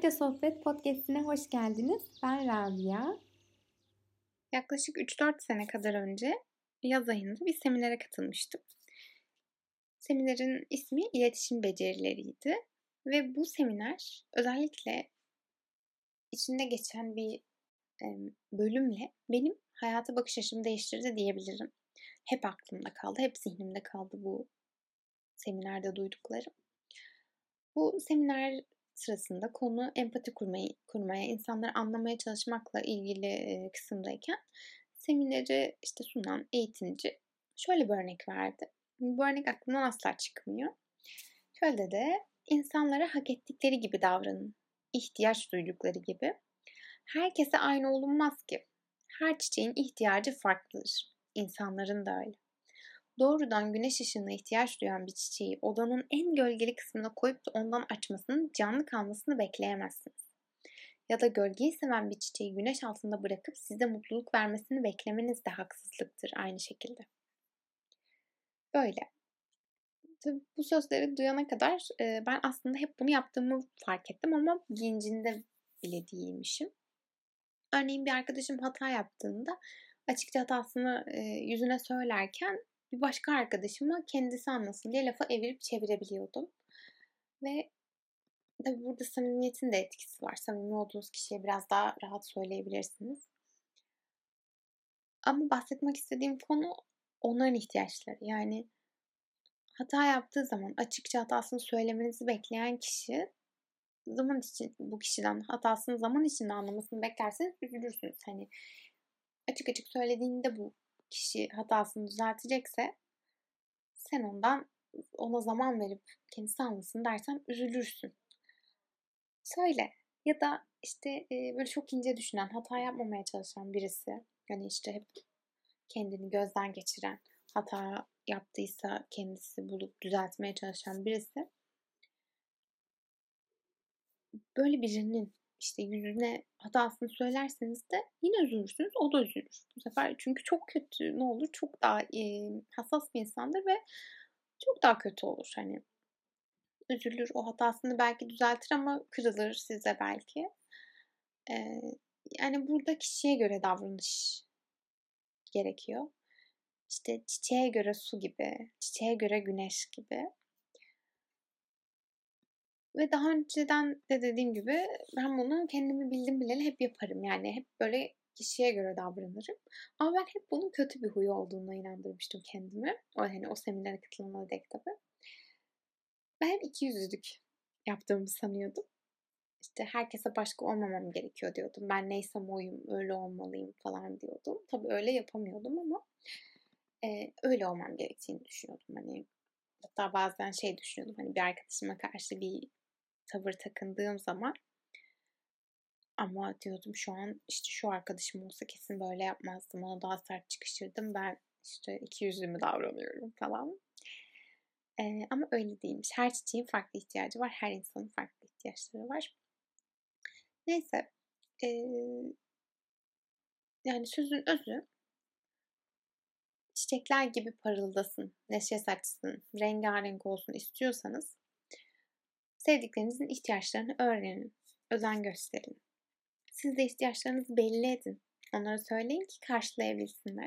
Radyo Sohbet Podcast'ine hoş geldiniz. Ben Rabia. Yaklaşık 3-4 sene kadar önce yaz ayında bir seminere katılmıştım. Seminerin ismi İletişim Becerileriydi. Ve bu seminer özellikle içinde geçen bir bölümle benim hayata bakış açımı değiştirdi diyebilirim. Hep aklımda kaldı, hep zihnimde kaldı bu seminerde duyduklarım. Bu seminer sırasında konu empati kurmaya, insanları anlamaya çalışmakla ilgili kısımdayken semineri sunan eğitimci şöyle bir örnek verdi. Bu örnek aklımdan asla çıkmıyor. Şöyle dedi, insanlara hak ettikleri gibi davranın, ihtiyaç duydukları gibi. Herkese aynı olunmaz ki. Her çiçeğin ihtiyacı farklıdır. İnsanların da öyle. Doğrudan güneş ışığına ihtiyaç duyan bir çiçeği odanın en gölgeli kısmına koyup da ondan açmasını, canlı kalmasını bekleyemezsiniz. Ya da gölgeyi seven bir çiçeği güneş altında bırakıp size mutluluk vermesini beklemeniz de haksızlıktır aynı şekilde. Böyle. Tabii bu sözleri duyana kadar ben aslında hep bunu yaptığımı fark ettim ama bilincinde bile değilmişim. Örneğin bir arkadaşım hata yaptığında açıkça hatasını yüzüne söylerken bir başka arkadaşıma kendisi anlasın diye lafı evirip çevirebiliyordum. Ve tabii burada samimiyetin de etkisi var. Samimi olduğunuz kişiye biraz daha rahat söyleyebilirsiniz. Ama bahsetmek istediğim konu onların ihtiyaçları. Yani hata yaptığı zaman açıkça hatasını söylemenizi bekleyen kişi bu kişiden hatasını zaman içinde anlamasını beklerseniz üzülürsünüz. Hani açık açık söylediğinde bu kişi hatasını düzeltecekse sen ona zaman verip kendisi anlasın dersen üzülürsün. Söyle. Ya da böyle çok ince düşünen, hata yapmamaya çalışan birisi, hani hep kendini gözden geçiren, hata yaptıysa kendisi bulup düzeltmeye çalışan birisi, böyle birinin yüzüne hatasını söylerseniz de yine üzülürsünüz, o da üzülür. Bu sefer çünkü çok kötü, ne olur, çok daha hassas bir insandır ve çok daha kötü olur. Hani üzülür, o hatasını belki düzeltir ama kırılır size belki. Yani burada kişiye göre davranış gerekiyor. Çiçeğe göre su gibi, çiçeğe göre güneş gibi. Ve daha önceden de dediğim gibi ben bunu kendimi bildim bileli hep yaparım. Yani hep böyle kişiye göre davranırım. Ama ben hep bunun kötü bir huyu olduğuna inandırmıştım kendimi. O seminere katılana dek tabii. Ben hep ikiyüzlülük yaptığımı sanıyordum. Herkese başka olmamam gerekiyor diyordum. Ben neysem oyum, öyle olmalıyım falan diyordum. Tabii öyle yapamıyordum ama öyle olmam gerektiğini düşünüyordum. Hani hatta bazen düşünüyordum. Hani bir arkadaşıma karşı bir tavır takındığım zaman ama diyordum şu an şu arkadaşım olsa kesin böyle yapmazdım. Ona daha sert çıkışırdım. Ben ikiyüzlü mü davranıyorum falan. Ama öyle değilmiş. Her çiçeğin farklı ihtiyacı var. Her insanın farklı ihtiyaçları var. Neyse. Yani sözün özü, çiçekler gibi parıldasın, neşe saçsın, rengarenk olsun istiyorsanız sevdiklerinizin ihtiyaçlarını öğrenin, özen gösterin. Siz de ihtiyaçlarınızı belli edin. Onlara söyleyin ki karşılayabilsinler.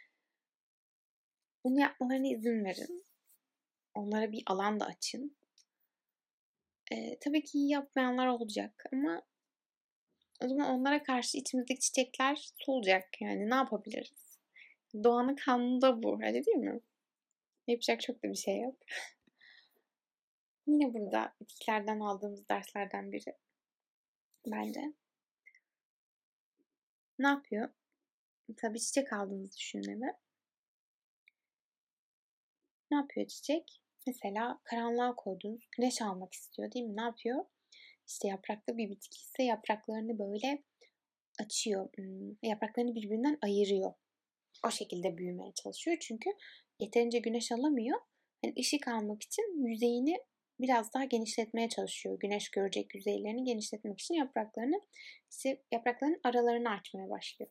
Bunu yapmalarına izin verin. Onlara bir alan da açın. Tabii ki iyi yapmayanlar olacak ama o zaman onlara karşı içimizdeki çiçekler solacak. Yani ne yapabiliriz? Doğanın kanunu da bu, öyle değil mi? Yapacak çok da bir şey yok. Yine burada bitkilerden aldığımız derslerden biri bence. Ne yapıyor? Tabii çiçek aldığınızı düşünün eve. Ne yapıyor çiçek? Mesela karanlığa koydunuz, güneş almak istiyor değil mi? Ne yapıyor? Yapraklı bir bitki ise yapraklarını böyle açıyor. Yapraklarını birbirinden ayırıyor. O şekilde büyümeye çalışıyor. Çünkü yeterince güneş alamıyor. Yani ışık almak için yüzeyini biraz daha genişletmeye çalışıyor. Güneş görecek yüzeylerini genişletmek için yaprakların aralarını açmaya başlıyor.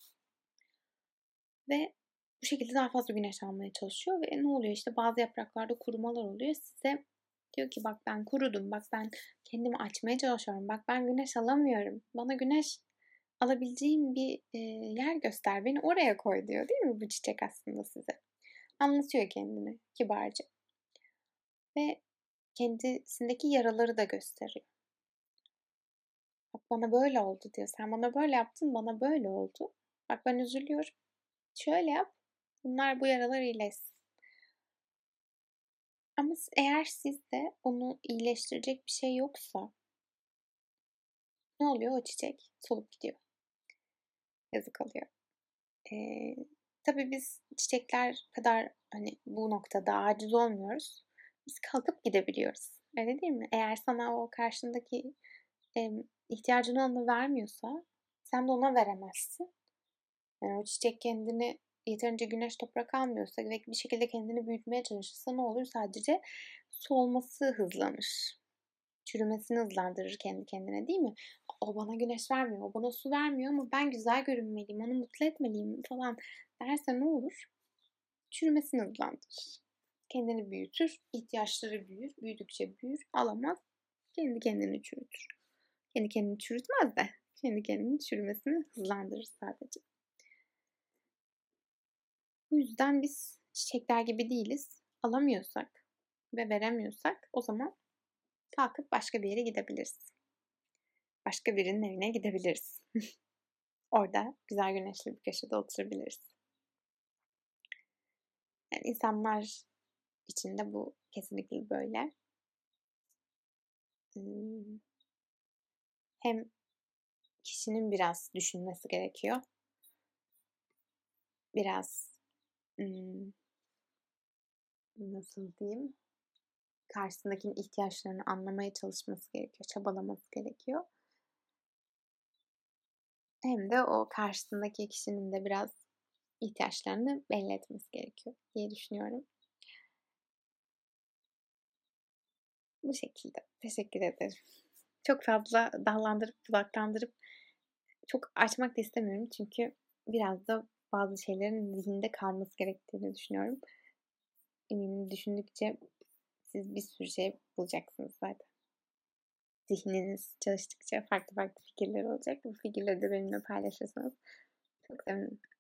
Ve bu şekilde daha fazla güneş almaya çalışıyor ve ne oluyor? Bazı yapraklarda kurumalar oluyor. Size Diyor ki bak ben kurudum, bak ben kendimi açmaya çalışıyorum, bak ben güneş alamıyorum. Bana güneş alabileceğim bir yer göster, beni oraya koy diyor değil mi bu çiçek aslında size? Anlatıyor kendini kibarca ve kendisindeki yaraları da gösteriyor. Bak bana böyle oldu diyor. Sen bana böyle yaptın, bana böyle oldu. Bak ben üzülüyorum. Şöyle yap. Bunlar bu yaralar iyileşsin. Ama eğer sizde onu iyileştirecek bir şey yoksa ne oluyor? O çiçek solup gidiyor. Yazık oluyor. Eee, tabii biz çiçekler kadar hani bu noktada aciz olmuyoruz. Biz kalkıp gidebiliyoruz. Öyle değil mi? Eğer sana o karşındaki ihtiyacın olanı vermiyorsa sen de ona veremezsin. Yani o çiçek kendini yeterince güneş toprak almıyorsa ve bir şekilde kendini büyütmeye çalışırsa ne olur? Sadece solması hızlanır. Çürümesini hızlandırır kendi kendine değil mi? O bana güneş vermiyor, o bana su vermiyor ama ben güzel görünmeliyim, onu mutlu etmeliyim falan derse ne olur? Çürümesini hızlandırır. Kendini büyütür, ihtiyaçları büyür, büyüdükçe büyür, alamaz, kendi kendini çürütür. Kendi kendini çürütmez de kendi kendini çürümesini hızlandırır sadece. Bu yüzden biz çiçekler gibi değiliz. Alamıyorsak ve veremiyorsak o zaman kalkıp başka bir yere gidebiliriz. Başka birinin evine gidebiliriz. Orada güzel güneşli bir köşede oturabiliriz. Yani insanlar için de bu kesinlikle böyle. Hem kişinin biraz düşünmesi gerekiyor. Biraz nasıl diyeyim? Karşısındakinin ihtiyaçlarını anlamaya çalışması gerekiyor, çabalaması gerekiyor. Hem de o karşısındaki kişinin de biraz ihtiyaçlarını belli etmesi gerekiyor diye düşünüyorum. Bu şekilde. Teşekkür ederim. Çok fazla dallandırıp budaklandırıp çok açmak da istemiyorum çünkü biraz da bazı şeylerin zihinde kalması gerektiğini düşünüyorum. Eminim düşündükçe siz bir sürü şey bulacaksınız zaten. Zihniniz çalıştıkça farklı farklı fikirler olacak. Bu fikirleri de benimle paylaşırsanız çok sevinirim.